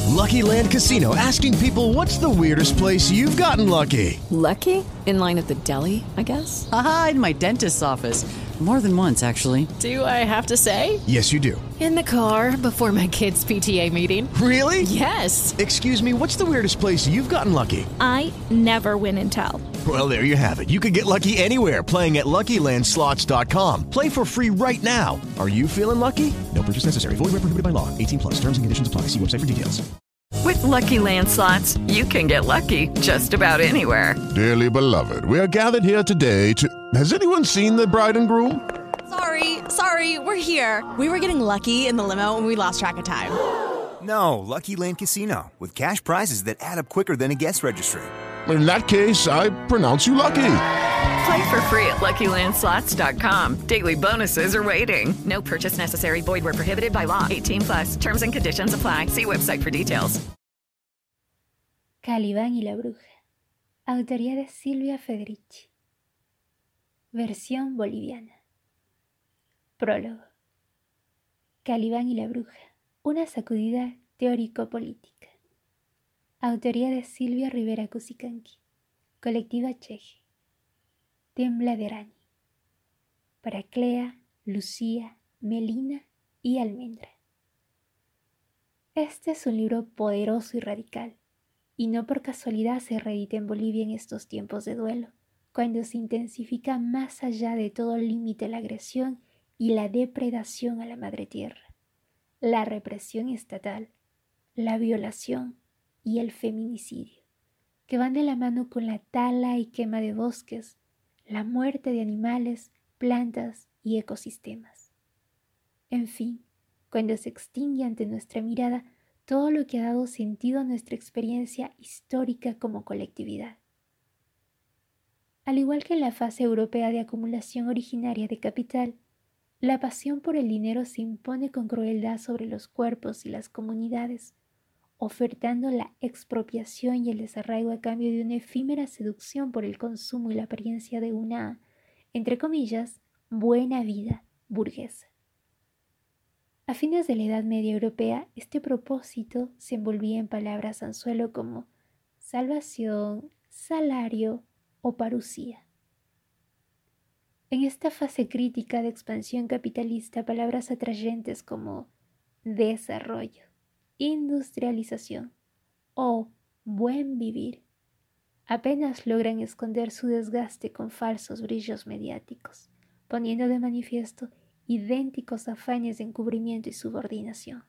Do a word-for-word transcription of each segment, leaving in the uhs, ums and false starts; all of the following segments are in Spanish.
Lucky Land Casino, asking people, what's the weirdest place you've gotten lucky? Lucky? In line at the deli, I guess? Aha, in my dentist's office. More than once, actually. Do I have to say? Yes, you do. In the car before my kids' P T A meeting. Really? Yes. Excuse me, what's the weirdest place you've gotten lucky? I never win and tell. Well, there you have it. You can get lucky anywhere, playing at Lucky Land Slots dot com. Play for free right now. Are you feeling lucky? No purchase necessary. Void where prohibited by law. eighteen plus. Terms and conditions apply. See website for details. With Lucky Land Slots, you can get lucky just about anywhere. Dearly beloved, we are gathered here today to... Has anyone seen the bride and groom? Sorry, sorry, we're here. We were getting lucky in the limo and we lost track of time. No, Lucky Land Casino, with cash prizes that add up quicker than a guest registry. In that case, I pronounce you lucky. Play for free at Lucky Land Slots dot com. Daily bonuses are waiting. No purchase necessary. Void where prohibited by law. eighteen plus. Terms and conditions apply. See website for details. Calibán y la bruja. Autoría de Silvia Federici. Versión boliviana. Prólogo. Calibán y la bruja. Una sacudida teórico-política. Autoría de Silvia Rivera Cusicanqui. Colectiva Cheje. Tembla de Arani. Para Clea, Lucía, Melina y Almendra. Este es un libro poderoso y radical, y no por casualidad se reedita en Bolivia en estos tiempos de duelo, cuando se intensifica más allá de todo límite la agresión y la depredación a la madre tierra, la represión estatal, la violación y el feminicidio, que van de la mano con la tala y quema de bosques, la muerte de animales, plantas y ecosistemas. En fin, cuando se extingue ante nuestra mirada todo lo que ha dado sentido a nuestra experiencia histórica como colectividad. Al igual que en la fase europea de acumulación originaria de capital, la pasión por el dinero se impone con crueldad sobre los cuerpos y las comunidades, ofertando la expropiación y el desarraigo a cambio de una efímera seducción por el consumo y la apariencia de una, entre comillas, buena vida burguesa. A fines de la Edad Media europea, este propósito se envolvía en palabras anzuelo como salvación, salario o parucía. En esta fase crítica de expansión capitalista, palabras atrayentes como desarrollo, industrialización o buen vivir apenas logran esconder su desgaste con falsos brillos mediáticos, poniendo de manifiesto idénticos afanes de encubrimiento y subordinación.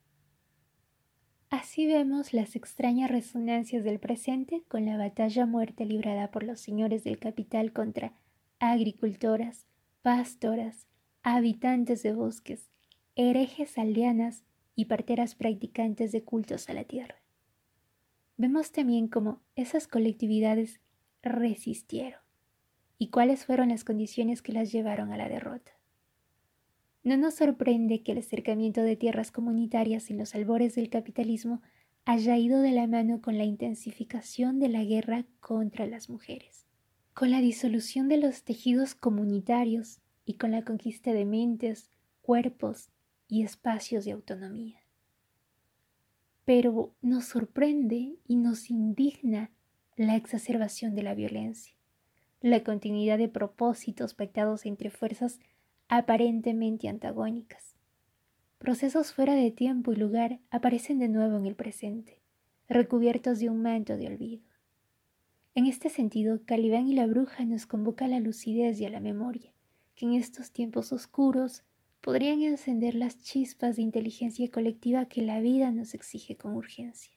Así vemos las extrañas resonancias del presente con la batalla a muerte librada por los señores del capital contra agricultoras, pastoras, habitantes de bosques, herejes aldeanas y parteras practicantes de cultos a la tierra. Vemos también cómo esas colectividades resistieron y cuáles fueron las condiciones que las llevaron a la derrota. No nos sorprende que el acercamiento de tierras comunitarias en los albores del capitalismo haya ido de la mano con la intensificación de la guerra contra las mujeres, con la disolución de los tejidos comunitarios y con la conquista de mentes, cuerpos y espacios de autonomía. Pero nos sorprende y nos indigna la exacerbación de la violencia, la continuidad de propósitos pactados entre fuerzas aparentemente antagónicas. Procesos fuera de tiempo y lugar aparecen de nuevo en el presente, recubiertos de un manto de olvido. En este sentido, Calibán y la bruja nos convoca a la lucidez y a la memoria, que en estos tiempos oscuros podrían encender las chispas de inteligencia colectiva que la vida nos exige con urgencia.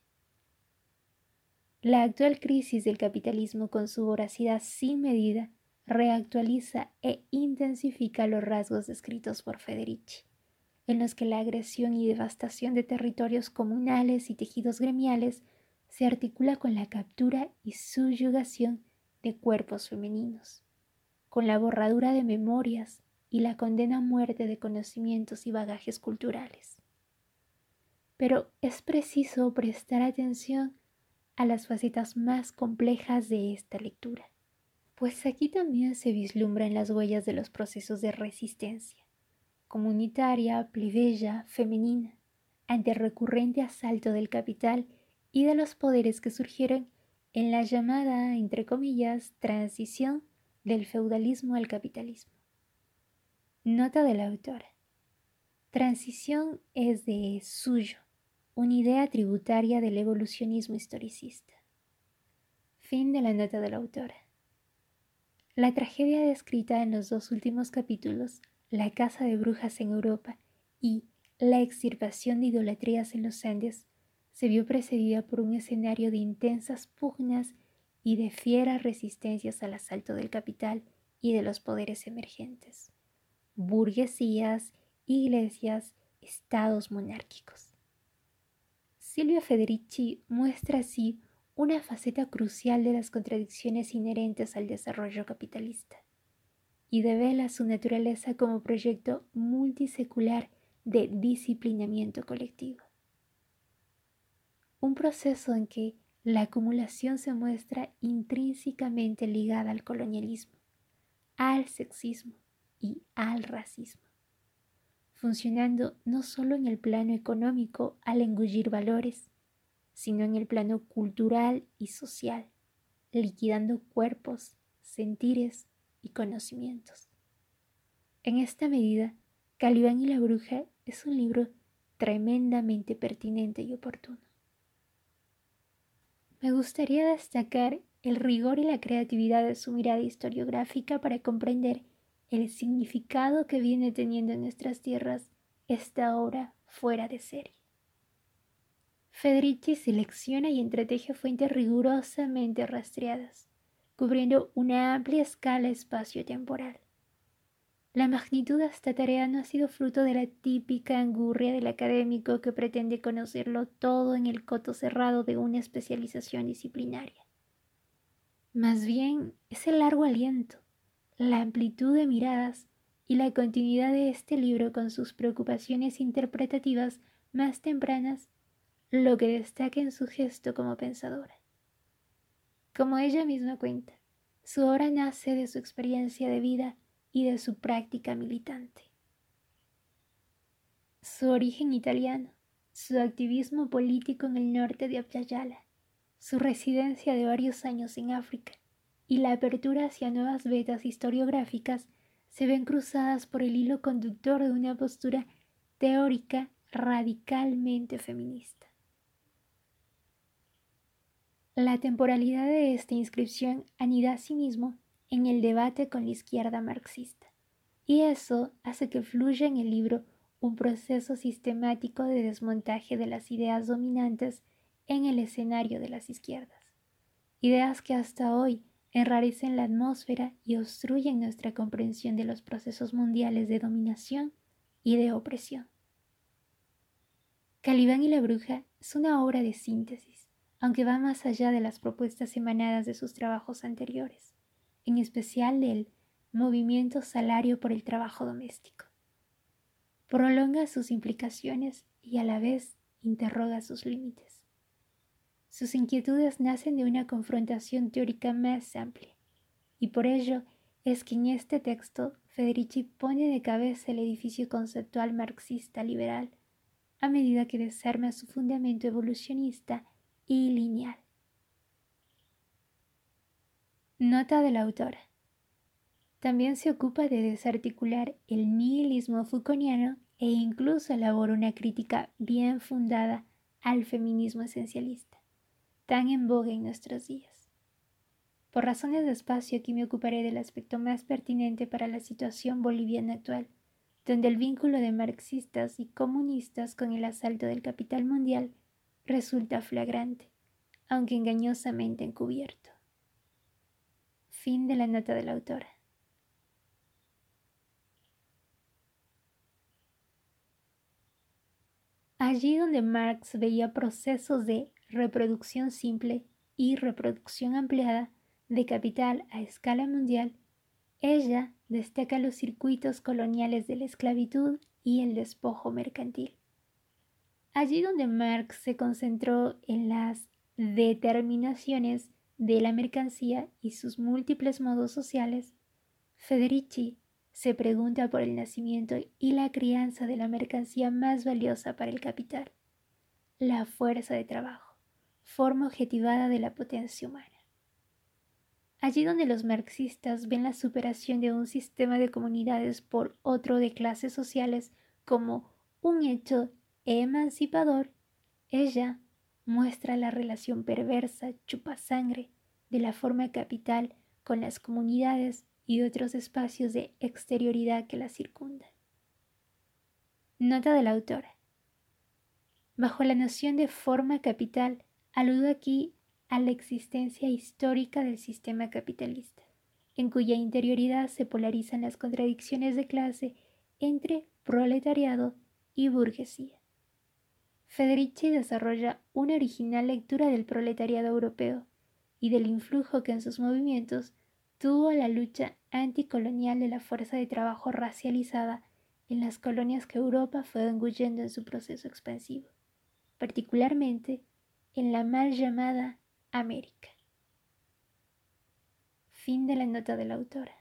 La actual crisis del capitalismo, con su voracidad sin medida, reactualiza e intensifica los rasgos descritos por Federici, en los que la agresión y devastación de territorios comunales y tejidos gremiales se articula con la captura y subyugación de cuerpos femeninos, con la borradura de memorias y la condena a muerte de conocimientos y bagajes culturales. Pero es preciso prestar atención a las facetas más complejas de esta lectura, pues aquí también se vislumbran las huellas de los procesos de resistencia, comunitaria, plebeya, femenina, ante el recurrente asalto del capital y de los poderes que surgieron en la llamada, entre comillas, transición del feudalismo al capitalismo. Nota de la autora. Transición es de suyo, una idea tributaria del evolucionismo historicista. Fin de la nota de la autora. La tragedia descrita en los dos últimos capítulos, la caza de brujas en Europa y la extirpación de idolatrías en los Andes, se vio precedida por un escenario de intensas pugnas y de fieras resistencias al asalto del capital y de los poderes emergentes, burguesías, iglesias, estados monárquicos. Silvio Federici muestra así una faceta crucial de las contradicciones inherentes al desarrollo capitalista y devela su naturaleza como proyecto multisecular de disciplinamiento colectivo. Un proceso en que la acumulación se muestra intrínsecamente ligada al colonialismo, al sexismo y al racismo, funcionando no solo en el plano económico al engullir valores, sino en el plano cultural y social, liquidando cuerpos, sentires y conocimientos. En esta medida, Calibán y la bruja es un libro tremendamente pertinente y oportuno. Me gustaría destacar el rigor y la creatividad de su mirada historiográfica para comprender el significado que viene teniendo en nuestras tierras esta obra fuera de serie. Federici selecciona y entreteje fuentes rigurosamente rastreadas, cubriendo una amplia escala espacio-temporal. La magnitud de esta tarea no ha sido fruto de la típica angurria del académico que pretende conocerlo todo en el coto cerrado de una especialización disciplinaria. Más bien es el largo aliento, la amplitud de miradas y la continuidad de este libro con sus preocupaciones interpretativas más tempranas lo que destaca en su gesto como pensadora. Como ella misma cuenta, su obra nace de su experiencia de vida y de su práctica militante. Su origen italiano, su activismo político en el norte de Abya-Yala, su residencia de varios años en África y la apertura hacia nuevas vetas historiográficas se ven cruzadas por el hilo conductor de una postura teórica radicalmente feminista. La temporalidad de esta inscripción anida asimismo en el debate con la izquierda marxista, y eso hace que fluya en el libro un proceso sistemático de desmontaje de las ideas dominantes en el escenario de las izquierdas, ideas que hasta hoy enrarecen la atmósfera y obstruyen nuestra comprensión de los procesos mundiales de dominación y de opresión. Calibán y la bruja es una obra de síntesis, aunque va más allá de las propuestas emanadas de sus trabajos anteriores, en especial del movimiento salario por el trabajo doméstico. Prolonga sus implicaciones y a la vez interroga sus límites. Sus inquietudes nacen de una confrontación teórica más amplia, y por ello es que en este texto Federici pone de cabeza el edificio conceptual marxista-liberal a medida que desarma su fundamento evolucionista y lineal. Nota de la autora. También se ocupa de desarticular el nihilismo Foucaultiano e incluso elabora una crítica bien fundada al feminismo esencialista, tan en boga en nuestros días. Por razones de espacio aquí me ocuparé del aspecto más pertinente para la situación boliviana actual, donde el vínculo de marxistas y comunistas con el asalto del capital mundial resulta flagrante, aunque engañosamente encubierto. Fin de la nota de la autora. Allí donde Marx veía procesos de reproducción simple y reproducción ampliada de capital a escala mundial, ella destaca los circuitos coloniales de la esclavitud y el despojo mercantil. Allí donde Marx se concentró en las determinaciones de la mercancía y sus múltiples modos sociales, Federici se pregunta por el nacimiento y la crianza de la mercancía más valiosa para el capital, la fuerza de trabajo, forma objetivada de la potencia humana. Allí donde los marxistas ven la superación de un sistema de comunidades por otro de clases sociales como un hecho emancipador, ella muestra la relación perversa, chupasangre, de la forma capital con las comunidades y otros espacios de exterioridad que la circundan. Nota de la autora. Bajo la noción de forma capital, aludo aquí a la existencia histórica del sistema capitalista, en cuya interioridad se polarizan las contradicciones de clase entre proletariado y burguesía. Federici desarrolla una original lectura del proletariado europeo y del influjo que en sus movimientos tuvo la lucha anticolonial de la fuerza de trabajo racializada en las colonias que Europa fue engullendo en su proceso expansivo, particularmente en la mal llamada América. Fin de la nota de la autora.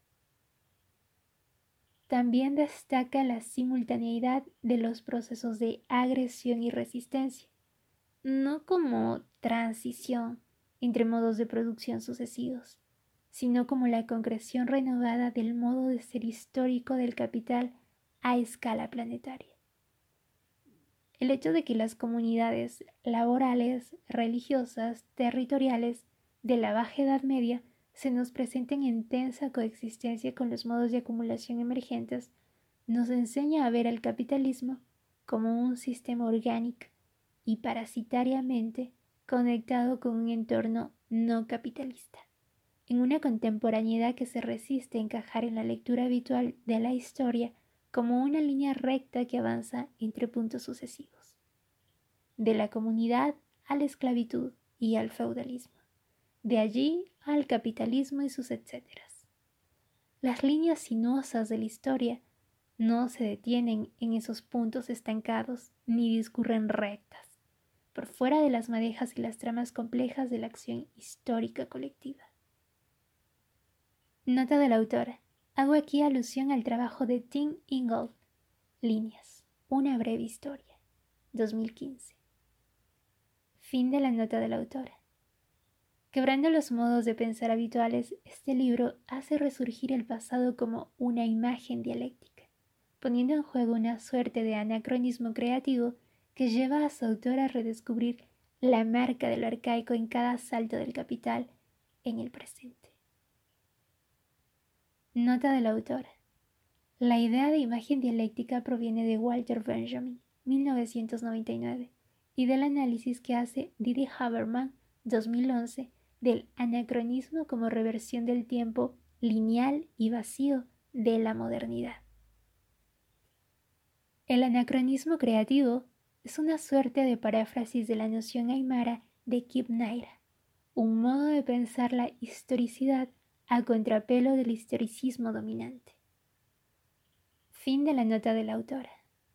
También destaca la simultaneidad de los procesos de agresión y resistencia, no como transición entre modos de producción sucesivos, sino como la concreción renovada del modo de ser histórico del capital a escala planetaria. El hecho de que las comunidades laborales, religiosas, territoriales de la Baja Edad Media se nos presenten en tensa coexistencia con los modos de acumulación emergentes nos enseña a ver al capitalismo como un sistema orgánico y parasitariamente conectado con un entorno no capitalista, en una contemporaneidad que se resiste a encajar en la lectura habitual de la historia como una línea recta que avanza entre puntos sucesivos, de la comunidad a la esclavitud y al feudalismo, de allí al capitalismo y sus etcéteras. Las líneas sinuosas de la historia no se detienen en esos puntos estancados ni discurren rectas, por fuera de las madejas y las tramas complejas de la acción histórica colectiva. Nota de la autora. Hago aquí alusión al trabajo de Tim Ingold, Líneas, una breve historia, dos mil quince. Fin de la nota de la autora. Quebrando los modos de pensar habituales, este libro hace resurgir el pasado como una imagen dialéctica, poniendo en juego una suerte de anacronismo creativo que lleva a su autor a redescubrir la marca de lo arcaico en cada salto del capital en el presente. Nota de la autora. La idea de imagen dialéctica proviene de Walter Benjamin, mil novecientos noventa y nueve, y del análisis que hace Didi Haberman, dos mil once, del anacronismo como reversión del tiempo lineal y vacío de la modernidad. El anacronismo creativo es una suerte de paráfrasis de la noción aymara de Kip Naira, un modo de pensar la historicidad a contrapelo del historicismo dominante. Fin de la nota de la autora.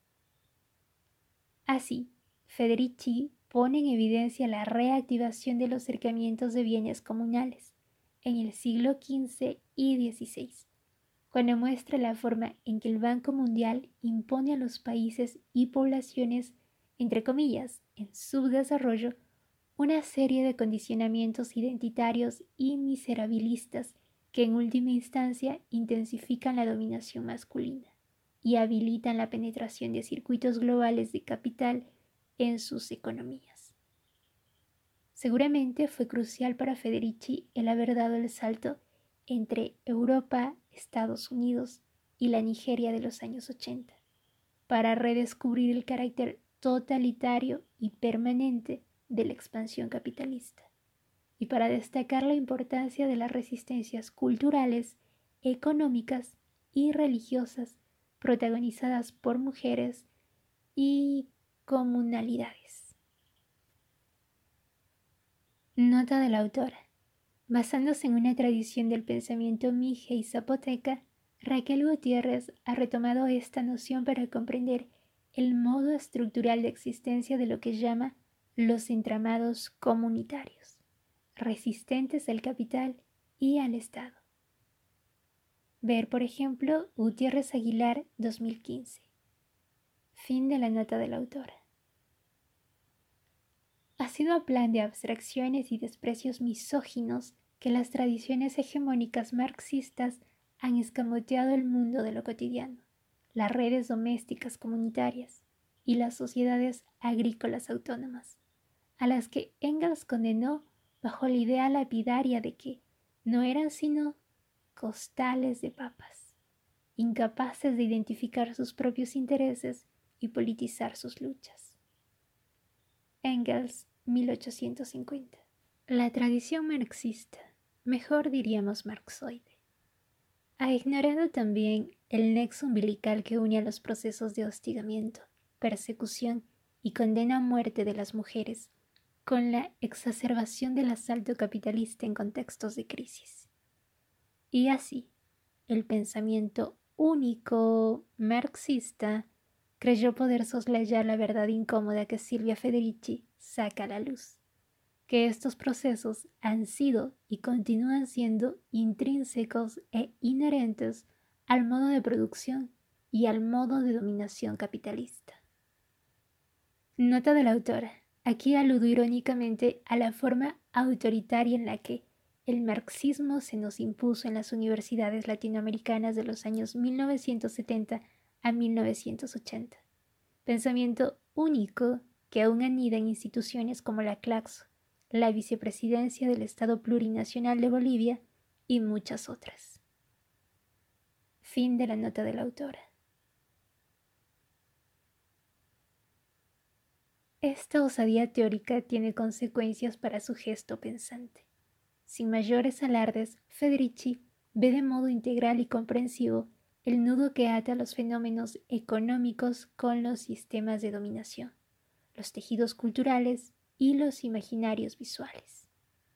Así, Federici pone en evidencia la reactivación de los cercamientos de bienes comunales en el siglo quince y dieciséis, cuando muestra la forma en que el Banco Mundial impone a los países y poblaciones, entre comillas, en subdesarrollo, una serie de condicionamientos identitarios y miserabilistas que en última instancia intensifican la dominación masculina y habilitan la penetración de circuitos globales de capital en sus economías. Seguramente fue crucial para Federici el haber dado el salto entre Europa, Estados Unidos y la Nigeria de los años ochenta, para redescubrir el carácter totalitario y permanente de la expansión capitalista, y para destacar la importancia de las resistencias culturales, económicas y religiosas protagonizadas por mujeres y comunalidades. Nota de la autora. Basándose en una tradición del pensamiento mije y zapoteca, Raquel Gutiérrez ha retomado esta noción para comprender el modo estructural de existencia de lo que llama los entramados comunitarios, resistentes al capital y al Estado. Ver, por ejemplo, Gutiérrez Aguilar, dos mil quince. Fin de la nota de la autora. Ha sido a plan de abstracciones y desprecios misóginos que las tradiciones hegemónicas marxistas han escamoteado el mundo de lo cotidiano, las redes domésticas comunitarias y las sociedades agrícolas autónomas, a las que Engels condenó bajo la idea lapidaria de que no eran sino costales de papas, incapaces de identificar sus propios intereses y politizar sus luchas. Engels, mil ochocientos cincuenta. La tradición marxista, mejor diríamos marxoide, ha ignorado también el nexo umbilical que une a los procesos de hostigamiento, persecución y condena a muerte de las mujeres con la exacerbación del asalto capitalista en contextos de crisis. Y así, el pensamiento único marxista creyó poder soslayar la verdad incómoda que Silvia Federici saca a la luz, que estos procesos han sido y continúan siendo intrínsecos e inherentes al modo de producción y al modo de dominación capitalista. Nota de la autora. Aquí aludo irónicamente a la forma autoritaria en la que el marxismo se nos impuso en las universidades latinoamericanas de los años mil novecientos setenta a mil novecientos ochenta. Pensamiento único que aún anida en instituciones como la Claxo, la Vicepresidencia del Estado Plurinacional de Bolivia y muchas otras. Fin de la nota de la autora. Esta osadía teórica tiene consecuencias para su gesto pensante. Sin mayores alardes, Federici ve de modo integral y comprensivo el nudo que ata los fenómenos económicos con los sistemas de dominación, los tejidos culturales y los imaginarios visuales.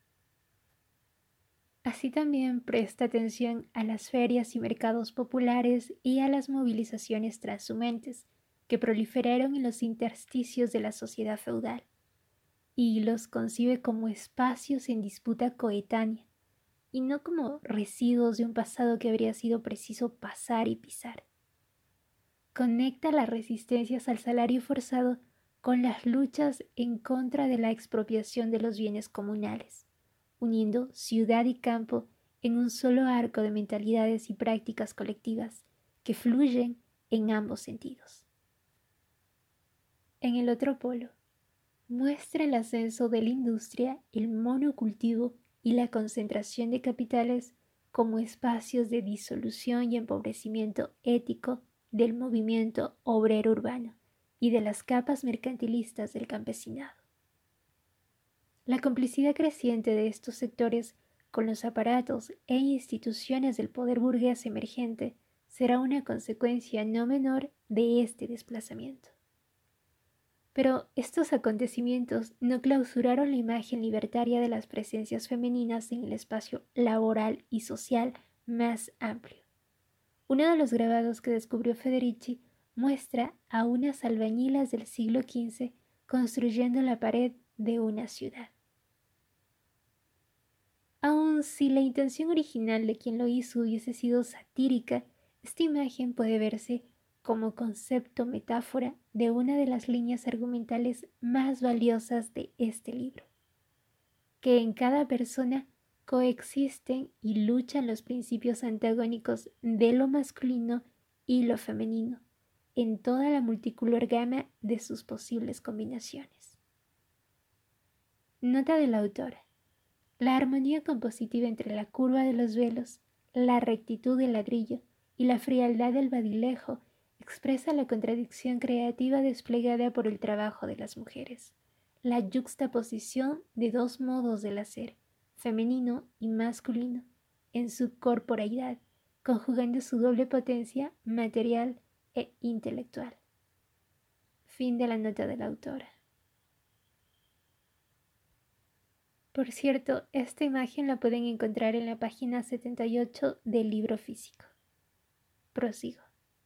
Así también presta atención a las ferias y mercados populares y a las movilizaciones transhumentes que proliferaron en los intersticios de la sociedad feudal, y los concibe como espacios en disputa coetánea, y no como residuos de un pasado que habría sido preciso pasar y pisar. Conecta las resistencias al salario forzado con las luchas en contra de la expropiación de los bienes comunales, uniendo ciudad y campo en un solo arco de mentalidades y prácticas colectivas que fluyen en ambos sentidos. En el otro polo, muestra el ascenso de la industria, el monocultivo y la concentración de capitales como espacios de disolución y empobrecimiento ético del movimiento obrero urbano y de las capas mercantilistas del campesinado. La complicidad creciente de estos sectores con los aparatos e instituciones del poder burgués emergente será una consecuencia no menor de este desplazamiento. Pero estos acontecimientos no clausuraron la imagen libertaria de las presencias femeninas en el espacio laboral y social más amplio. Uno de los grabados que descubrió Federici muestra a unas albañilas del siglo quince construyendo la pared de una ciudad. Aun si la intención original de quien lo hizo hubiese sido satírica, esta imagen puede verse como concepto metáfora de una de las líneas argumentales más valiosas de este libro, que en cada persona coexisten y luchan los principios antagónicos de lo masculino y lo femenino, en toda la multicolor gama de sus posibles combinaciones. Nota de la autora. La armonía compositiva entre la curva de los velos, la rectitud del ladrillo y la frialdad del badilejo expresa la contradicción creativa desplegada por el trabajo de las mujeres, la yuxtaposición de dos modos del hacer, femenino y masculino, en su corporeidad, conjugando su doble potencia material e intelectual. Fin de la nota de la autora. Por cierto, esta imagen la pueden encontrar en la página setenta y ocho del libro físico. Prosigo.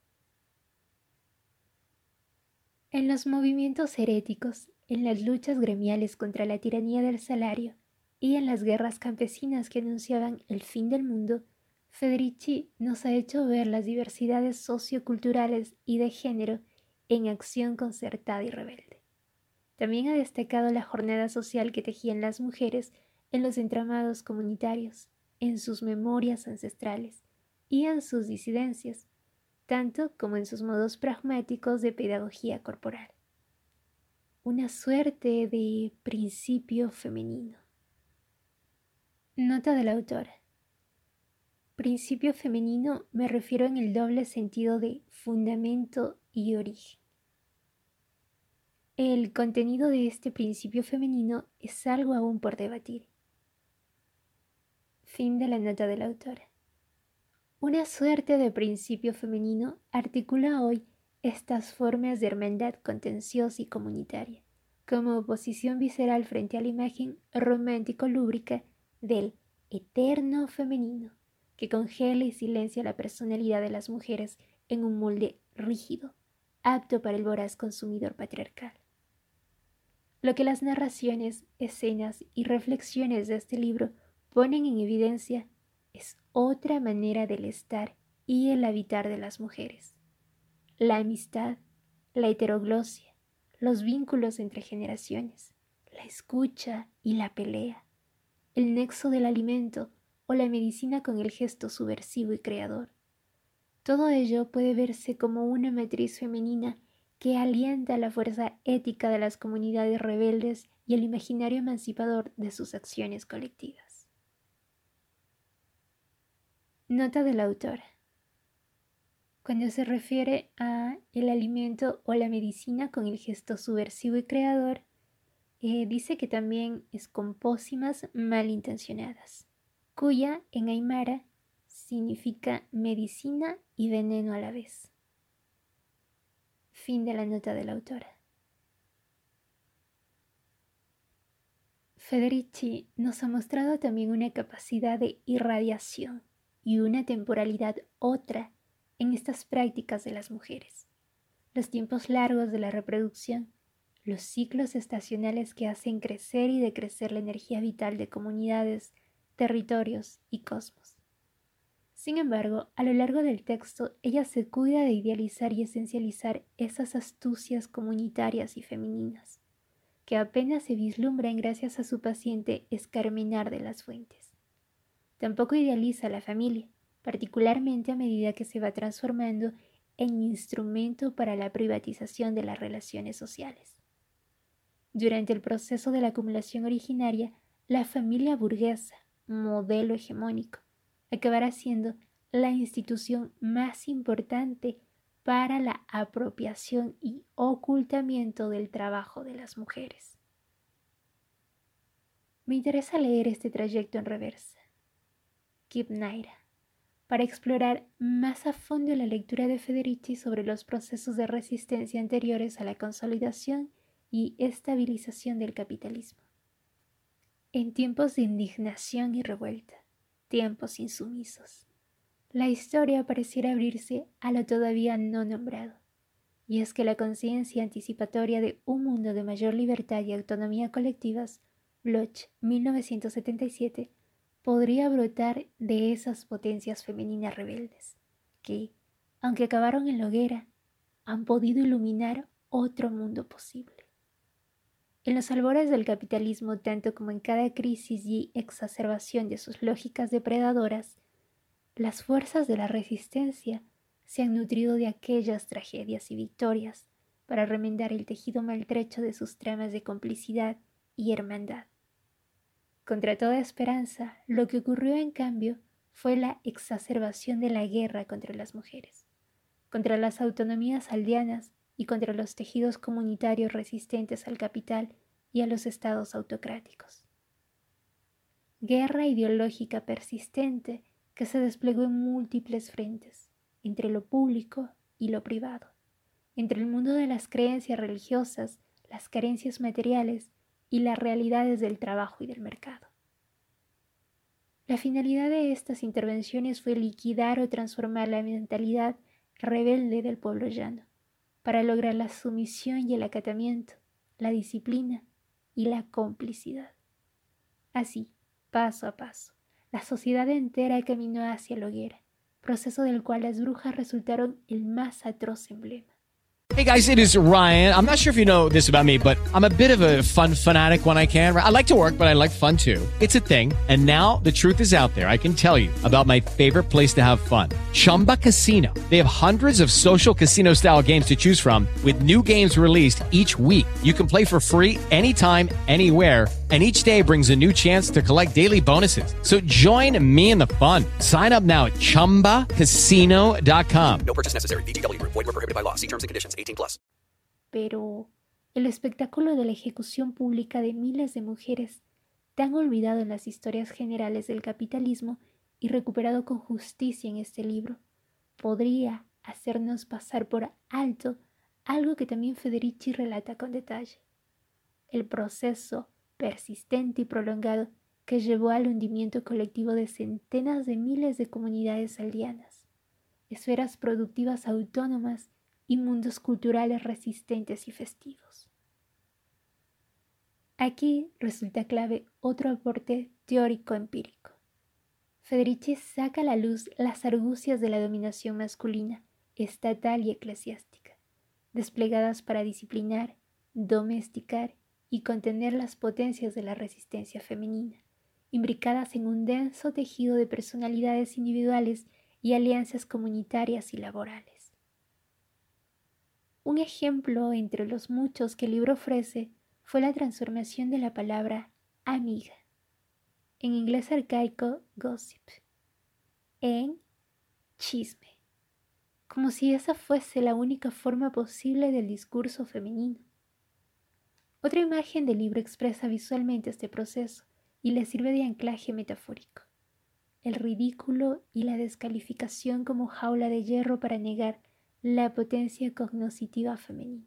En los movimientos heréticos, en las luchas gremiales contra la tiranía del salario y en las guerras campesinas que anunciaban el fin del mundo, Federici nos ha hecho ver las diversidades socioculturales y de género en acción concertada y rebelde. También ha destacado la jornada social que tejían las mujeres en los entramados comunitarios, en sus memorias ancestrales y en sus disidencias, tanto como en sus modos pragmáticos de pedagogía corporal. Una suerte de principio femenino. Nota de la autora. Principio femenino me refiero en el doble sentido de fundamento y origen. El contenido de este principio femenino es algo aún por debatir. Fin de la nota de la autora. Una suerte de principio femenino articula hoy estas formas de hermandad contenciosa y comunitaria, como oposición visceral frente a la imagen romántico-lúbrica del eterno femenino, que congela y silencia la personalidad de las mujeres en un molde rígido, apto para el voraz consumidor patriarcal. Lo que las narraciones, escenas y reflexiones de este libro ponen en evidencia es otra manera del estar y el habitar de las mujeres. La amistad, la heteroglosia, los vínculos entre generaciones, la escucha y la pelea, el nexo del alimento o la medicina con el gesto subversivo y creador. Todo ello puede verse como una matriz femenina que alienta la fuerza ética de las comunidades rebeldes y el imaginario emancipador de sus acciones colectivas. Nota de la autora. Cuando se refiere a el alimento o la medicina con el gesto subversivo y creador, eh, dice que también es con pócimas malintencionadas, cuya en aymara significa medicina y veneno a la vez. Fin de la nota de la autora. Federici nos ha mostrado también una capacidad de irradiación y una temporalidad otra en estas prácticas de las mujeres. Los tiempos largos de la reproducción, los ciclos estacionales que hacen crecer y decrecer la energía vital de comunidades, territorios y cosmos. Sin embargo, a lo largo del texto, ella se cuida de idealizar y esencializar esas astucias comunitarias y femeninas, que apenas se vislumbran gracias a su paciente escarminar de las fuentes. Tampoco idealiza a la familia, particularmente a medida que se va transformando en instrumento para la privatización de las relaciones sociales. Durante el proceso de la acumulación originaria, la familia burguesa, modelo hegemónico, acabará siendo la institución más importante para la apropiación y ocultamiento del trabajo de las mujeres. Me interesa leer este trayecto en reversa, Keep Naira, para explorar más a fondo la lectura de Federici sobre los procesos de resistencia anteriores a la consolidación y estabilización del capitalismo. En tiempos de indignación y revuelta, tiempos insumisos, la historia pareciera abrirse a lo todavía no nombrado, y es que la conciencia anticipatoria de un mundo de mayor libertad y autonomía colectivas, Bloch, mil novecientos setenta y siete, podría brotar de esas potencias femeninas rebeldes, que, aunque acabaron en la hoguera, han podido iluminar otro mundo posible. En los albores del capitalismo, tanto como en cada crisis y exacerbación de sus lógicas depredadoras, las fuerzas de la resistencia se han nutrido de aquellas tragedias y victorias para remendar el tejido maltrecho de sus tramas de complicidad y hermandad. Contra toda esperanza, lo que ocurrió en cambio fue la exacerbación de la guerra contra las mujeres, contra las autonomías aldeanas y contra los tejidos comunitarios resistentes al capital y a los estados autocráticos. Guerra ideológica persistente que se desplegó en múltiples frentes, entre lo público y lo privado, entre el mundo de las creencias religiosas, las carencias materiales y las realidades del trabajo y del mercado. La finalidad de estas intervenciones fue liquidar o transformar la mentalidad rebelde del pueblo llano, para lograr la sumisión y el acatamiento, la disciplina y la complicidad. Así, paso a paso, La sociedad entera caminó hacia la hoguera, proceso del cual las brujas resultaron el más atroz emblema. Hey guys, it is Ryan. I'm not sure if you know this about me, but I'm a bit of a fun fanatic when I can. I like to work, but I like fun too. It's a thing. And now the truth is out there. I can tell you about my favorite place to have fun. Chumba Casino. They have hundreds of social casino style games to choose from with new games released each week. You can play for free anytime, anywhere. And each day brings a new chance to collect daily bonuses. So join me in the fun. Sign up now at chumba casino dot com. No purchase necessary. V G W. Void where prohibited by law. See terms and conditions. eighteen plus. Pero el espectáculo de la ejecución pública de miles de mujeres, tan olvidado en las historias generales del capitalismo y recuperado con justicia en este libro, podría hacernos pasar por alto algo que también Federici relata con detalle: el proceso persistente y prolongado que llevó al hundimiento colectivo de centenas de miles de comunidades aldeanas, esferas productivas autónomas y mundos culturales resistentes y festivos. Aquí resulta clave otro aporte teórico-empírico. Federici saca a la luz las argucias de la dominación masculina, estatal y eclesiástica, desplegadas para disciplinar, domesticar y contener las potencias de la resistencia femenina, imbricadas en un denso tejido de personalidades individuales y alianzas comunitarias y laborales. Un ejemplo entre los muchos que el libro ofrece fue la transformación de la palabra amiga, en inglés arcaico gossip, en chisme, como si esa fuese la única forma posible del discurso femenino. Otra imagen del libro expresa visualmente este proceso y le sirve de anclaje metafórico: el ridículo y la descalificación como jaula de hierro para negar la potencia cognoscitiva femenina.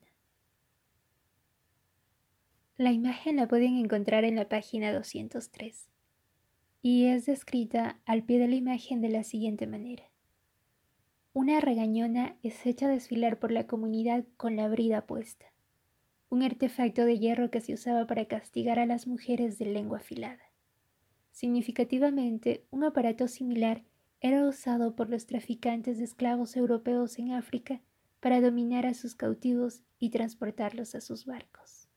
La imagen la pueden encontrar en la página doscientos tres y es descrita al pie de la imagen de la siguiente manera: una regañona es hecha desfilar por la comunidad con la brida puesta, un artefacto de hierro que se usaba para castigar a las mujeres de lengua afilada. Significativamente, un aparato similar era usado por los traficantes de esclavos europeos en África para dominar a sus cautivos y transportarlos a sus barcos.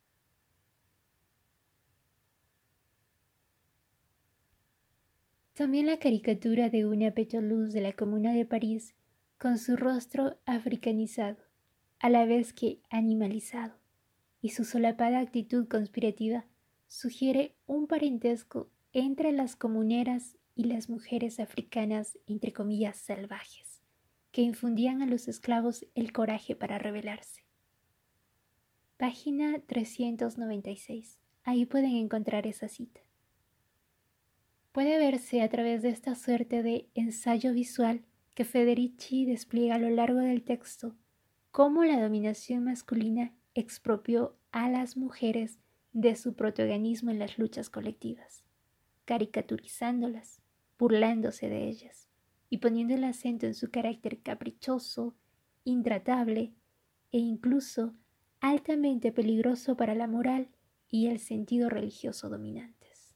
También la caricatura de una petoluz de la Comuna de París, con su rostro africanizado, a la vez que animalizado, y su solapada actitud conspirativa, sugiere un parentesco entre las comuneras y las mujeres africanas, entre comillas, salvajes, que infundían a los esclavos el coraje para rebelarse. Página trescientos noventa y seis. Ahí pueden encontrar esa cita. Puede verse a través de esta suerte de ensayo visual que Federici despliega a lo largo del texto cómo la dominación masculina expropió a las mujeres de su protagonismo en las luchas colectivas, caricaturizándolas, burlándose de ellas y poniendo el acento en su carácter caprichoso, intratable e incluso altamente peligroso para la moral y el sentido religioso dominantes.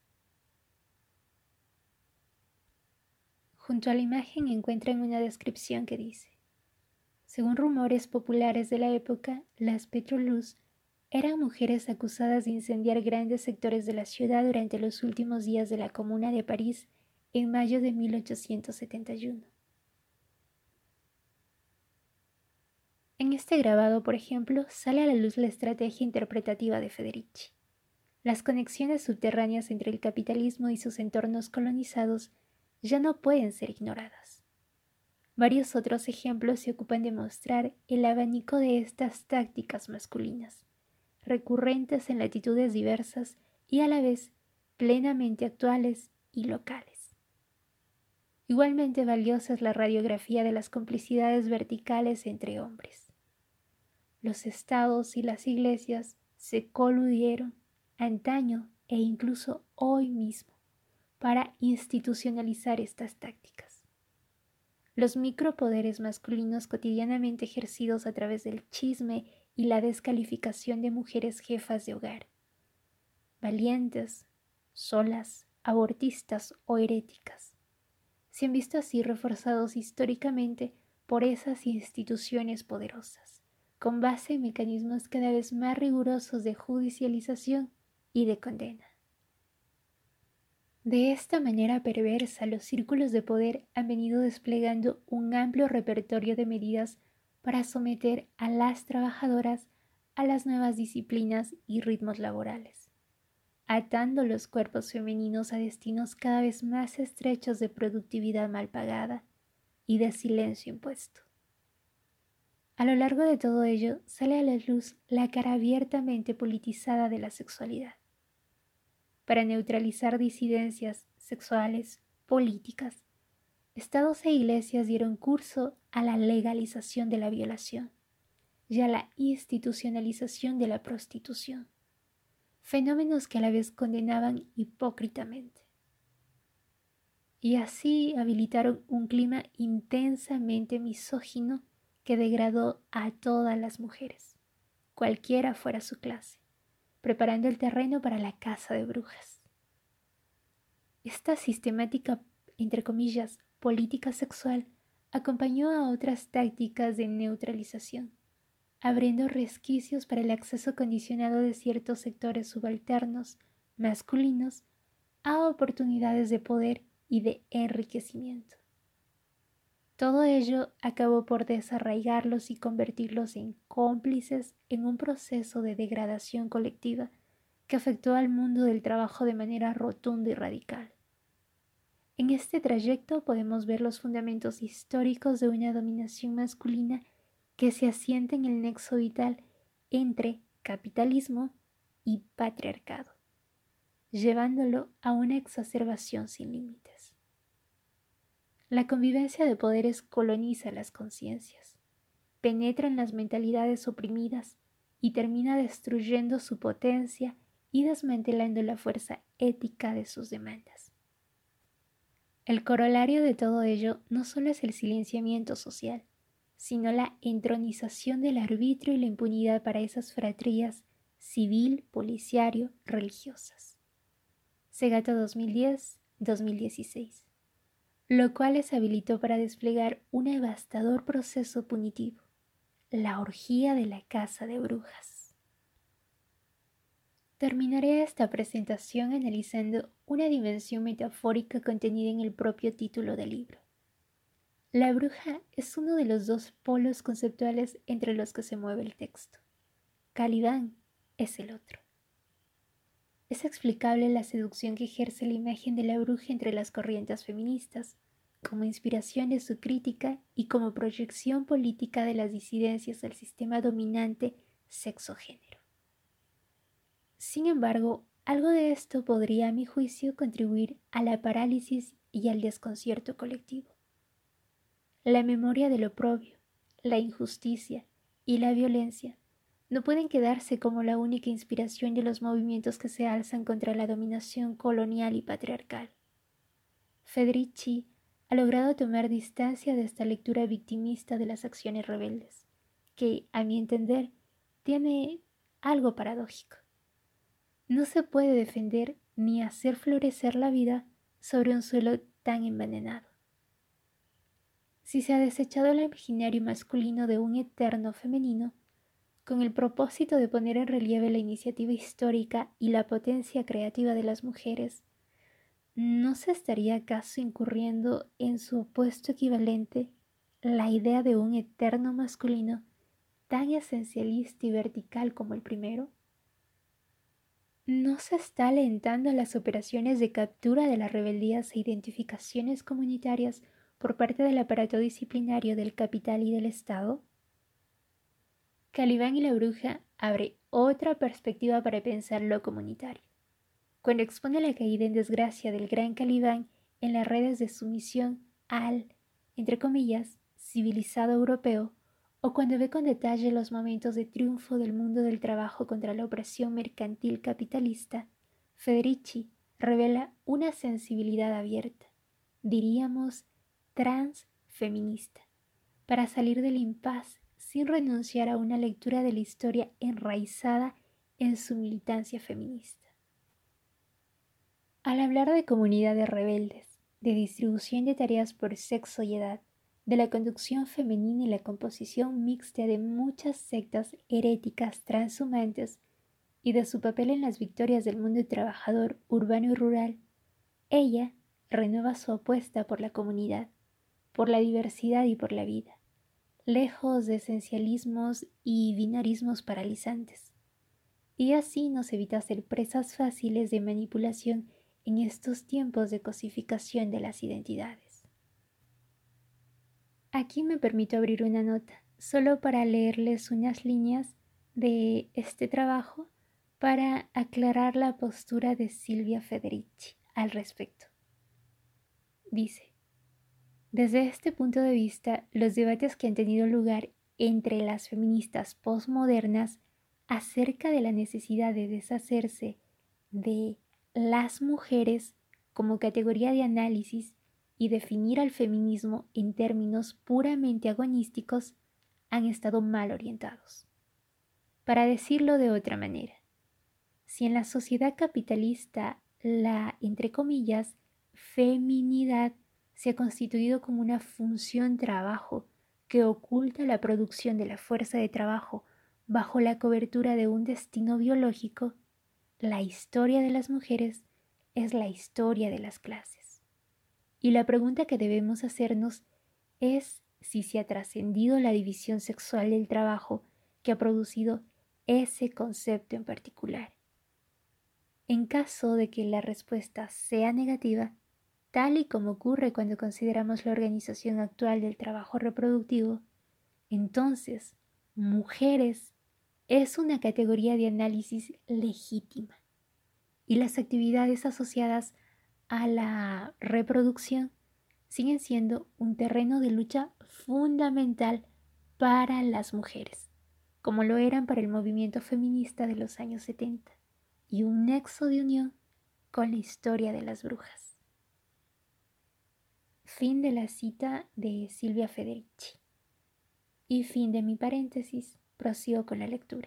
Junto a la imagen encuentran una descripción que dice: según rumores populares de la época, las Petroluz eran mujeres acusadas de incendiar grandes sectores de la ciudad durante los últimos días de la Comuna de París en mayo de mil ochocientos setenta y uno. En este grabado, por ejemplo, sale a la luz la estrategia interpretativa de Federici. Las conexiones subterráneas entre el capitalismo y sus entornos colonizados ya no pueden ser ignoradas. Varios otros ejemplos se ocupan de mostrar el abanico de estas tácticas masculinas, recurrentes en latitudes diversas y a la vez plenamente actuales y locales. Igualmente valiosa es la radiografía de las complicidades verticales entre hombres. Los estados y las iglesias se coludieron antaño e incluso hoy mismo para institucionalizar estas tácticas. Los micropoderes masculinos cotidianamente ejercidos a través del chisme y la descalificación de mujeres jefas de hogar, valientes, solas, abortistas o heréticas. Se han visto así reforzados históricamente por esas instituciones poderosas, con base en mecanismos cada vez más rigurosos de judicialización y de condena. De esta manera perversa, los círculos de poder han venido desplegando un amplio repertorio de medidas para someter a las trabajadoras a las nuevas disciplinas y ritmos laborales, atando los cuerpos femeninos a destinos cada vez más estrechos de productividad mal pagada y de silencio impuesto. A lo largo de todo ello sale a la luz la cara abiertamente politizada de la sexualidad. Para neutralizar disidencias sexuales, políticas, estados e iglesias dieron curso a la legalización de la violación y a la institucionalización de la prostitución, fenómenos que a la vez condenaban hipócritamente. Y así habilitaron un clima intensamente misógino que degradó a todas las mujeres, cualquiera fuera su clase, preparando el terreno para la caza de brujas. Esta sistemática, entre comillas, política sexual acompañó a otras tácticas de neutralización, abriendo resquicios para el acceso condicionado de ciertos sectores subalternos masculinos a oportunidades de poder y de enriquecimiento. Todo ello acabó por desarraigarlos y convertirlos en cómplices en un proceso de degradación colectiva que afectó al mundo del trabajo de manera rotunda y radical. En este trayecto podemos ver los fundamentos históricos de una dominación masculina que se asienta en el nexo vital entre capitalismo y patriarcado, llevándolo a una exacerbación sin límites. La convivencia de poderes coloniza las conciencias, penetra en las mentalidades oprimidas y termina destruyendo su potencia y desmantelando la fuerza ética de sus demandas. El corolario de todo ello no solo es el silenciamiento social, sino la entronización del arbitrio y la impunidad para esas fratrías civil, policiario, religiosas. Segato dos mil diez a dos mil dieciséis, lo cual les habilitó para desplegar un devastador proceso punitivo, la orgía de la caza de brujas. Terminaré esta presentación analizando una dimensión metafórica contenida en el propio título del libro. La bruja es uno de los dos polos conceptuales entre los que se mueve el texto. Caliban es el otro. Es explicable la seducción que ejerce la imagen de la bruja entre las corrientes feministas, como inspiración de su crítica y como proyección política de las disidencias del sistema dominante sexogénero. Sin embargo, algo de esto podría, a mi juicio, contribuir a la parálisis y al desconcierto colectivo. La memoria del oprobio, la injusticia y la violencia no pueden quedarse como la única inspiración de los movimientos que se alzan contra la dominación colonial y patriarcal. Federici ha logrado tomar distancia de esta lectura victimista de las acciones rebeldes, que, a mi entender, tiene algo paradójico. No se puede defender ni hacer florecer la vida sobre un suelo tan envenenado. Si se ha desechado el imaginario masculino de un eterno femenino, con el propósito de poner en relieve la iniciativa histórica y la potencia creativa de las mujeres, ¿no se estaría acaso incurriendo en su opuesto equivalente, la idea de un eterno masculino tan esencialista y vertical como el primero? ¿No se está alentando las operaciones de captura de las rebeldías e identificaciones comunitarias por parte del aparato disciplinario del capital y del Estado? Caliban y la bruja abre otra perspectiva para pensar lo comunitario, cuando expone la caída en desgracia del gran Caliban en las redes de sumisión al, entre comillas, civilizado europeo, o cuando ve con detalle los momentos de triunfo del mundo del trabajo contra la opresión mercantil capitalista, Federici revela una sensibilidad abierta, diríamos transfeminista, para salir del impasse sin renunciar a una lectura de la historia enraizada en su militancia feminista. Al hablar de comunidades rebeldes, de distribución de tareas por sexo y edad, de la conducción femenina y la composición mixta de muchas sectas heréticas transhumantes y de su papel en las victorias del mundo trabajador urbano y rural, ella renueva su apuesta por la comunidad, por la diversidad y por la vida, lejos de esencialismos y binarismos paralizantes. Y así nos evita ser presas fáciles de manipulación en estos tiempos de cosificación de las identidades. Aquí me permito abrir una nota, solo para leerles unas líneas de este trabajo para aclarar la postura de Silvia Federici al respecto. Dice: desde este punto de vista, los debates que han tenido lugar entre las feministas postmodernas acerca de la necesidad de deshacerse de las mujeres como categoría de análisis y definir al feminismo en términos puramente agonísticos han estado mal orientados. Para decirlo de otra manera, si en la sociedad capitalista la, entre comillas, feminidad se ha constituido como una función trabajo que oculta la producción de la fuerza de trabajo bajo la cobertura de un destino biológico, la historia de las mujeres es la historia de las clases. Y la pregunta que debemos hacernos es si se ha trascendido la división sexual del trabajo que ha producido ese concepto en particular. En caso de que la respuesta sea negativa, tal y como ocurre cuando consideramos la organización actual del trabajo reproductivo, entonces, mujeres es una categoría de análisis legítima y las actividades asociadas a la reproducción siguen siendo un terreno de lucha fundamental para las mujeres, como lo eran para el movimiento feminista de los años setenta, y un nexo de unión con la historia de las brujas. Fin de la cita de Silvia Federici. Y fin de mi paréntesis, prosigo con la lectura.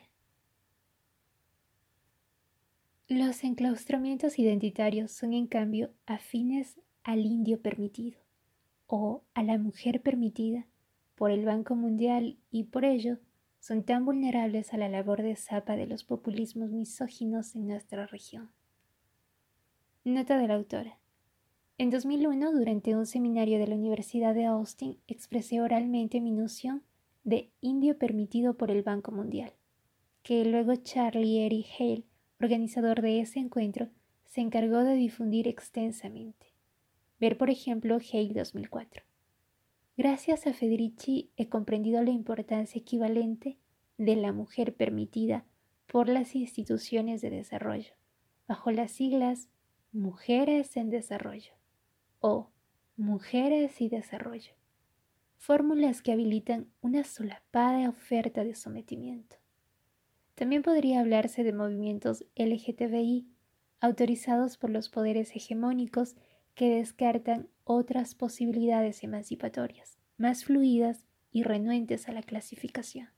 Los enclaustramientos identitarios son en cambio afines al indio permitido o a la mujer permitida por el Banco Mundial y por ello son tan vulnerables a la labor de zapa de los populismos misóginos en nuestra región. Nota de la autora. En dos mil uno, durante un seminario de la Universidad de Austin, expresé oralmente mi noción de indio permitido por el Banco Mundial, que luego Charlie Eddie Hale, organizador de ese encuentro, se encargó de difundir extensamente. Ver, por ejemplo, Hale dos mil cuatro. Gracias a Federici he comprendido la importancia equivalente de la mujer permitida por las instituciones de desarrollo, bajo las siglas Mujeres en Desarrollo o Mujeres y Desarrollo, fórmulas que habilitan una solapada oferta de sometimiento. También podría hablarse de movimientos L G T B I autorizados por los poderes hegemónicos que descartan otras posibilidades emancipatorias, más fluidas y renuentes a la clasificación.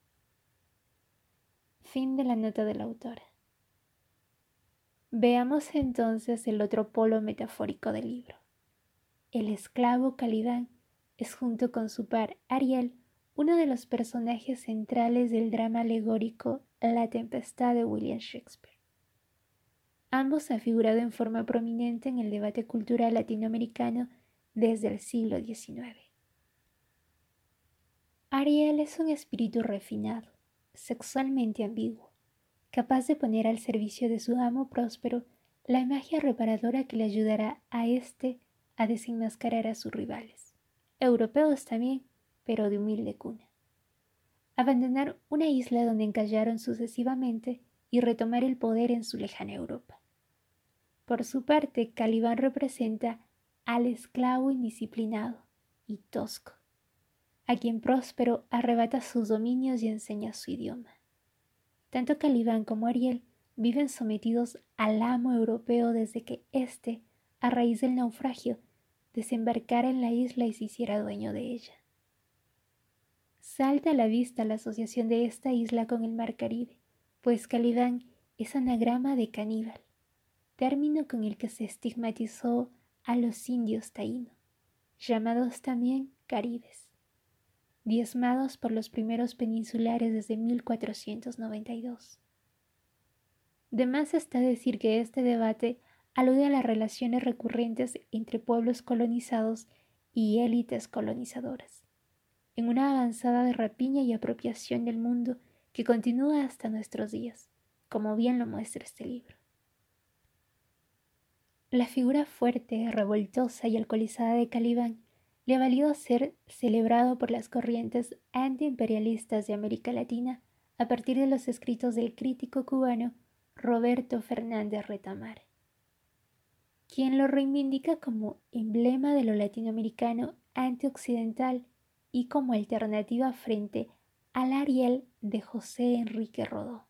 Fin de la nota de la autora. Veamos entonces el otro polo metafórico del libro. El esclavo Calibán es, junto con su par Ariel, uno de los personajes centrales del drama alegórico La Tempestad de William Shakespeare. Ambos han figurado en forma prominente en el debate cultural latinoamericano desde el siglo diecinueve. Ariel es un espíritu refinado, sexualmente ambiguo, capaz de poner al servicio de su amo próspero la magia reparadora que le ayudará a éste a desenmascarar a sus rivales, europeos también, pero de humilde cuna. Abandonar una isla donde encallaron sucesivamente y retomar el poder en su lejana Europa. Por su parte, Calibán representa al esclavo indisciplinado y tosco, a quien Próspero arrebata sus dominios y enseña su idioma. Tanto Calibán como Ariel viven sometidos al amo europeo desde que éste, a raíz del naufragio, desembarcara en la isla y se hiciera dueño de ella. Salta a la vista la asociación de esta isla con el mar Caribe, pues Calibán es anagrama de caníbal. término con el que se estigmatizó a los indios taíno, llamados también caribes, diezmados por los primeros peninsulares desde mil cuatrocientos noventa y dos. De más está decir que este debate alude a las relaciones recurrentes entre pueblos colonizados y élites colonizadoras, en una avanzada de rapiña y apropiación del mundo que continúa hasta nuestros días, como bien lo muestra este libro. La figura fuerte, revoltosa y alcoholizada de Calibán le ha valido ser celebrado por las corrientes antiimperialistas de América Latina a partir de los escritos del crítico cubano Roberto Fernández Retamar, quien lo reivindica como emblema de lo latinoamericano antioccidental y como alternativa frente al Ariel de José Enrique Rodó.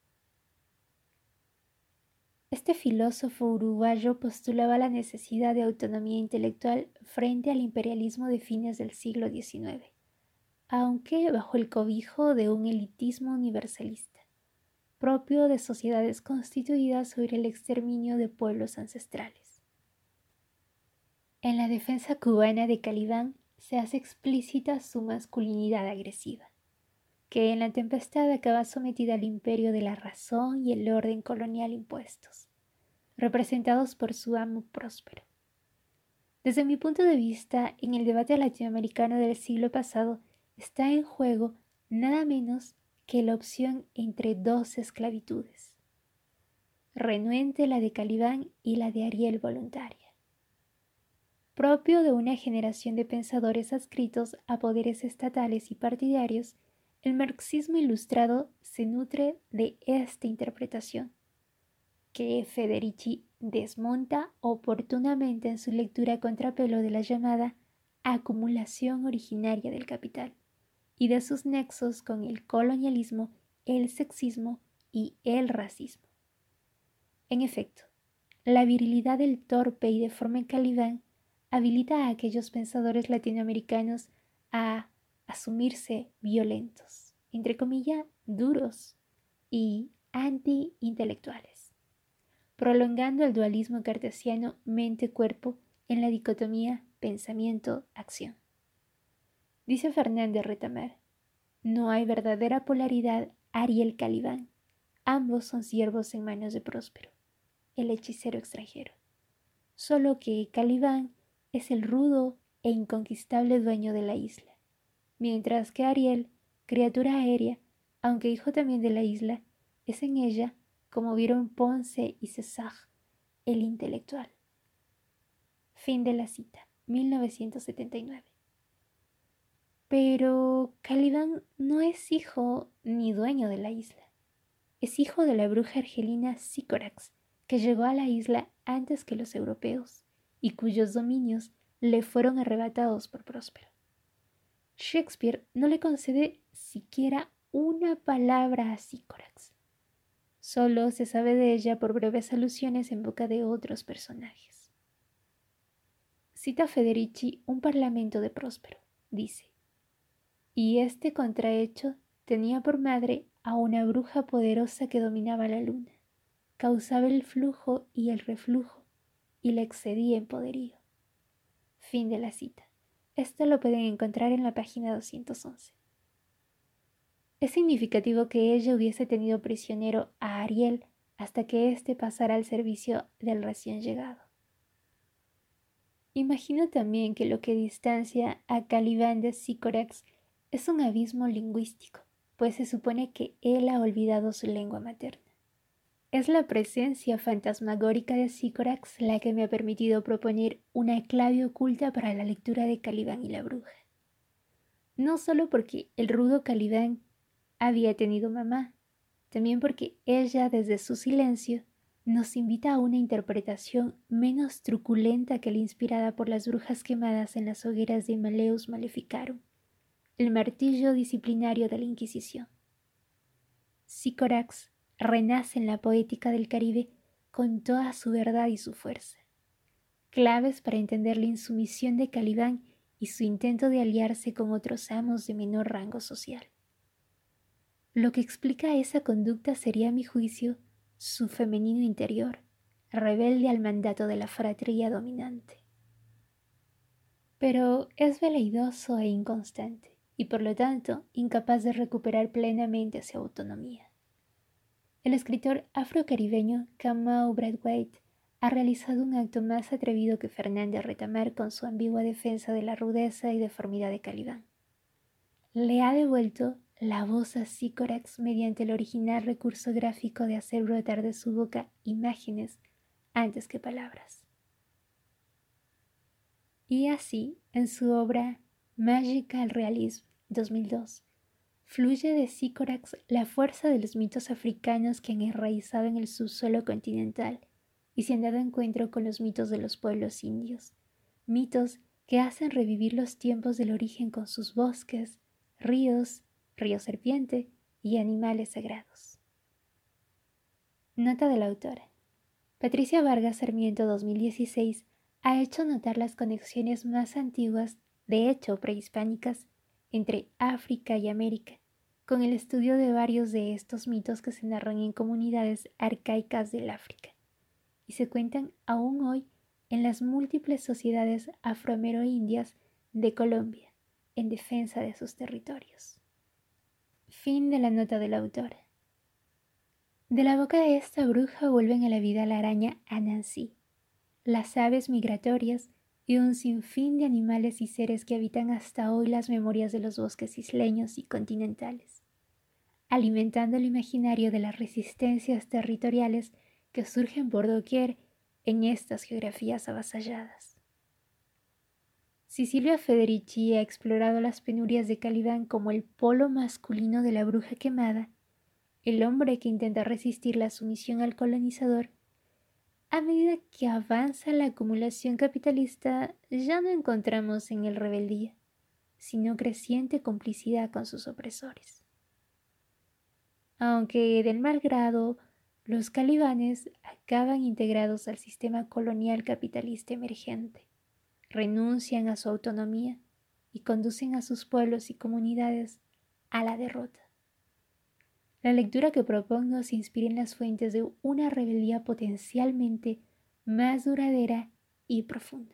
Este filósofo uruguayo postulaba la necesidad de autonomía intelectual frente al imperialismo de fines del siglo diecinueve, aunque bajo el cobijo de un elitismo universalista, propio de sociedades constituidas sobre el exterminio de pueblos ancestrales. En la defensa cubana de Calibán se hace explícita su masculinidad agresiva, que en la tempestad acaba sometida al imperio de la razón y el orden colonial impuestos, representados por su amo Próspero. Desde mi punto de vista, en el debate latinoamericano del siglo pasado está en juego nada menos que la opción entre dos esclavitudes, renuente la de Calibán y la de Ariel voluntaria. Propio de una generación de pensadores adscritos a poderes estatales y partidarios, el marxismo ilustrado se nutre de esta interpretación, que Federici desmonta oportunamente en su lectura a contrapelo de la llamada acumulación originaria del capital y de sus nexos con el colonialismo, el sexismo y el racismo. En efecto, la virilidad del torpe y deforme Calibán habilita a aquellos pensadores latinoamericanos a asumirse violentos, entre comillas, duros y anti-intelectuales, prolongando el dualismo cartesiano mente-cuerpo en la dicotomía pensamiento-acción. Dice Fernández Retamar, no hay verdadera polaridad Ariel-Calibán, ambos son siervos en manos de Próspero, el hechicero extranjero, solo que Calibán es el rudo e inconquistable dueño de la isla, mientras que Ariel, criatura aérea, aunque hijo también de la isla, es en ella, como vieron Ponce y César, el intelectual. Fin de la cita, mil novecientos setenta y nueve. Pero Calibán no es hijo ni dueño de la isla. Es hijo de la bruja argelina Sycorax, que llegó a la isla antes que los europeos y cuyos dominios le fueron arrebatados por Próspero. Shakespeare no le concede siquiera una palabra a Sycorax. Solo se sabe de ella por breves alusiones en boca de otros personajes. Cita Federici un parlamento de Próspero. Dice, y este contrahecho tenía por madre a una bruja poderosa que dominaba la luna, causaba el flujo y el reflujo, y la excedía en poderío. Fin de la cita. Esto lo pueden encontrar en la página doscientos once. Es significativo que ella hubiese tenido prisionero a Ariel hasta que éste pasara al servicio del recién llegado. Imagino también que lo que distancia a Calibán de Sycorax es un abismo lingüístico, pues se supone que él ha olvidado su lengua materna. Es la presencia fantasmagórica de Sycorax la que me ha permitido proponer una clave oculta para la lectura de Calibán y la bruja. No solo porque el rudo Calibán había tenido mamá, también porque ella desde su silencio nos invita a una interpretación menos truculenta que la inspirada por las brujas quemadas en las hogueras de Maleus Maleficarum, el martillo disciplinario de la Inquisición. Sycorax renace en la poética del Caribe con toda su verdad y su fuerza, claves para entender la insumisión de Calibán y su intento de aliarse con otros amos de menor rango social. Lo que explica esa conducta sería, a mi juicio, su femenino interior, rebelde al mandato de la fratría dominante. Pero es veleidoso e inconstante, y por lo tanto incapaz de recuperar plenamente su autonomía. El escritor afrocaribeño Kamau Brathwaite ha realizado un acto más atrevido que Fernández Retamar con su ambigua defensa de la rudeza y deformidad de Calibán. Le ha devuelto la voz a Sycorax mediante el original recurso gráfico de hacer brotar de su boca imágenes antes que palabras. Y así, en su obra Magical Realism dos mil dos, fluye de Sycorax la fuerza de los mitos africanos que han enraizado en el subsuelo continental y se han dado encuentro con los mitos de los pueblos indios, mitos que hacen revivir los tiempos del origen con sus bosques, ríos, río serpiente y animales sagrados. Nota de la autora. Patricia Vargas Sarmiento dos mil dieciséis ha hecho notar las conexiones más antiguas, de hecho prehispánicas, entre África y América, con el estudio de varios de estos mitos que se narran en comunidades arcaicas del África, y se cuentan aún hoy en las múltiples sociedades afroamerindias de Colombia, en defensa de sus territorios. Fin de la nota de la autora. De la boca de esta bruja vuelven a la vida la araña Anansi, las aves migratorias y un sinfín de animales y seres que habitan hasta hoy las memorias de los bosques isleños y continentales, alimentando el imaginario de las resistencias territoriales que surgen por doquier en estas geografías avasalladas. Si Silvia Federici ha explorado las penurias de Calibán como el polo masculino de la bruja quemada, el hombre que intenta resistir la sumisión al colonizador, a medida que avanza la acumulación capitalista, ya no encontramos en él rebeldía, sino creciente complicidad con sus opresores. Aunque del mal grado, los calibanes acaban integrados al sistema colonial capitalista emergente, renuncian a su autonomía y conducen a sus pueblos y comunidades a la derrota. La lectura que propongo se inspira en las fuentes de una rebeldía potencialmente más duradera y profunda.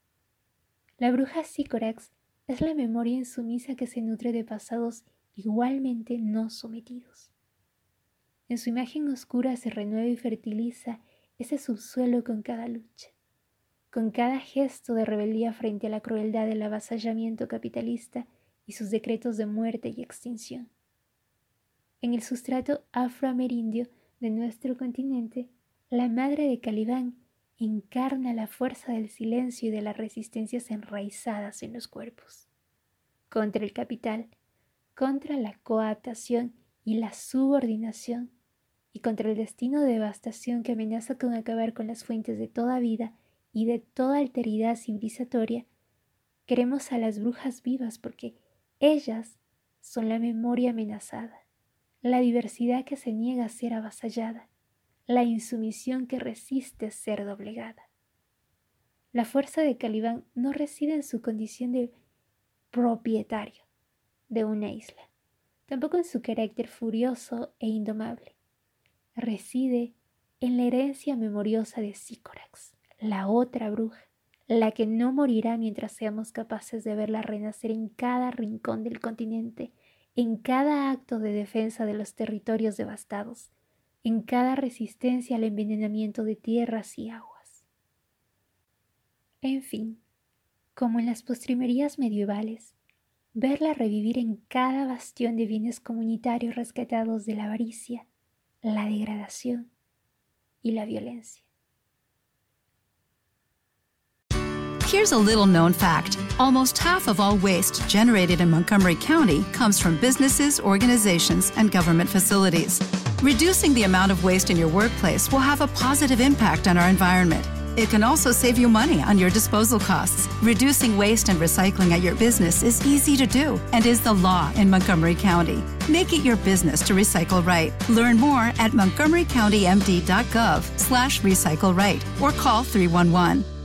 La bruja Sycorax es la memoria insumisa que se nutre de pasados igualmente no sometidos. En su imagen oscura se renueva y fertiliza ese subsuelo con cada lucha, con cada gesto de rebeldía frente a la crueldad del avasallamiento capitalista y sus decretos de muerte y extinción. En el sustrato afroamerindio de nuestro continente, la madre de Calibán encarna la fuerza del silencio y de las resistencias enraizadas en los cuerpos, contra el capital, contra la coaptación y la subordinación, y contra el destino de devastación que amenaza con acabar con las fuentes de toda vida y de toda alteridad civilizatoria. Queremos a las brujas vivas porque ellas son la memoria amenazada, la diversidad que se niega a ser avasallada, la insumisión que resiste ser doblegada. La fuerza de Calibán no reside en su condición de propietario de una isla, tampoco en su carácter furioso e indomable. Reside en la herencia memoriosa de Sycorax, la otra bruja, la que no morirá mientras seamos capaces de verla renacer en cada rincón del continente, en cada acto de defensa de los territorios devastados, en cada resistencia al envenenamiento de tierras y aguas. En fin, como en las postrimerías medievales, verla revivir en cada bastión de bienes comunitarios rescatados de la avaricia, la degradación y la violencia. Here's a little known fact. Almost half of all waste generated in Montgomery County comes from businesses, organizations, and government facilities. Reducing the amount of waste in your workplace will have a positive impact on our environment. It can also save you money on your disposal costs. Reducing waste and recycling at your business is easy to do and is the law in Montgomery County. Make it your business to recycle right. Learn more at montgomery county m d dot gov slash recycle right or call three one one.